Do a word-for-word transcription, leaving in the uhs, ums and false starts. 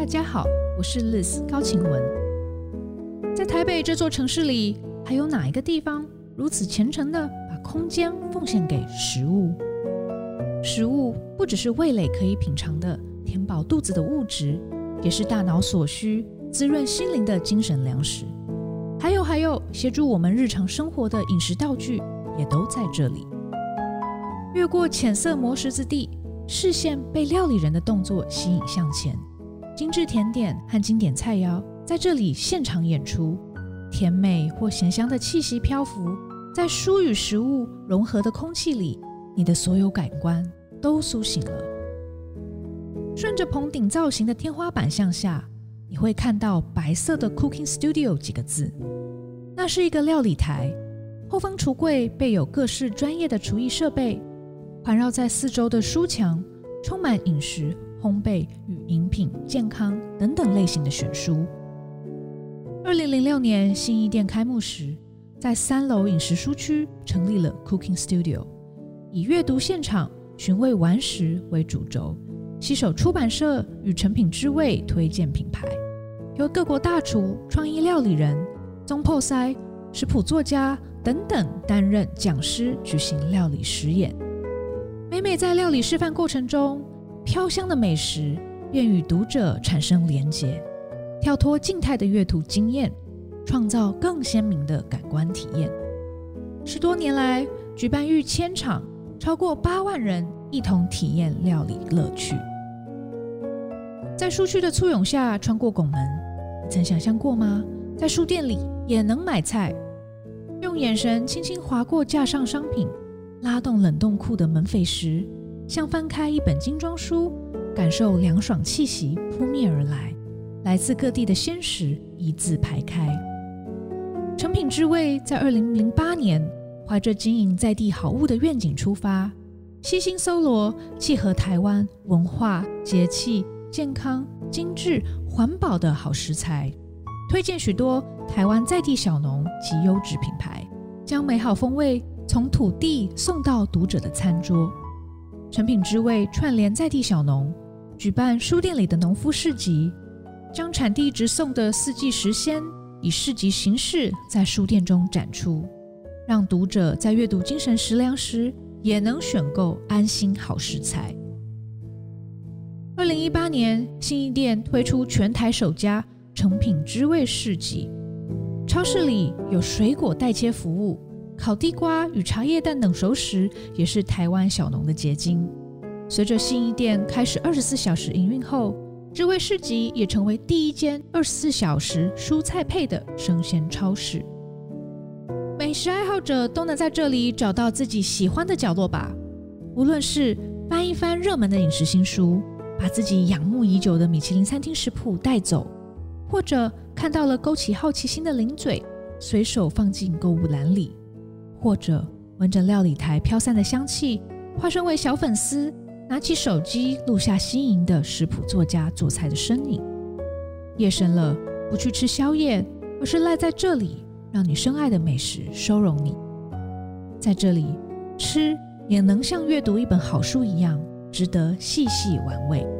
家好，我是 Liz 高晴雯。在台北这座城市里，还有哪一个地方如此虔诚地把空间奉献给食物？食物不只是味蕾可以品尝的填饱肚子的物质，也是大脑所需滋润心灵的精神粮食。还有还有，协助我们日常生活的饮食道具也都在这里。越过浅色磨石子地，视线被料理人的动作吸引向前。精致甜点和经典菜肴在这里现场演出，甜美或咸香的气息漂浮在蔬与食物融合的空气里，你的所有感官都苏醒了。顺着棚顶造型的天花板向下，你会看到白色的 Cooking Studio 几个字，那是一个料理台，后方橱柜备有各式专业的厨艺设备，环绕在四周的书墙充满饮食、烘焙与饮品、健康等等类型的选书。二零零六年信义店开幕时，在三楼饮食书区成立了 Cooking Studio， 以阅读现场、寻味玩食为主轴，携手出版社与诚品之味推荐品牌，由各国大厨、创意料理人、总舖师、食谱作家等等担任讲师，举行料理实演。每每在料理示范过程中，飘香的美食便与读者产生连结，跳脱静态的阅读经验，创造更鲜明的感官体验。十多年来，举办逾千场，超过八万人一同体验料理乐趣。在书区的簇拥下穿过拱门，你曾想象过吗？在书店里也能买菜，用眼神轻轻划过架上商品，拉动冷冻库的门扉时，像翻开一本精装书，感受凉爽气息扑面而来，来自各地的鲜食一字排开。诚品之味在二零零八年怀着经营在地好物的愿景出发，悉心搜罗契合台湾文化、节气、健康、精致、环保的好食材，推荐许多台湾在地小农及优质品牌，将美好风味从土地送到读者的餐桌。诚品之味串联在地小农，举办书店里的农夫市集，将产地直送的四季时鲜以市集形式在书店中展出，让读者在阅读精神食粮时也能选购安心好食材。二零一八年，信义店推出全台首家诚品之味市集，超市里有水果代切服务，烤地瓜与茶叶蛋等熟食也是台湾小农的结晶。随着信义店开始二十四小时营运后，知味市集也成为第一间二十四小时蔬菜配的生鲜超市。美食爱好者都能在这里找到自己喜欢的角落吧。无论是翻一翻热门的饮食新书，把自己仰慕已久的米其林餐厅食谱带走，或者看到了勾起好奇心的零嘴，随手放进购物篮里，或者闻着料理台飘散的香气，化身为小粉丝，拿起手机录下心仪的食谱作家做菜的身影。夜深了，不去吃宵夜，而是赖在这里，让你深爱的美食收容你。在这里，吃也能像阅读一本好书一样，值得细细玩味。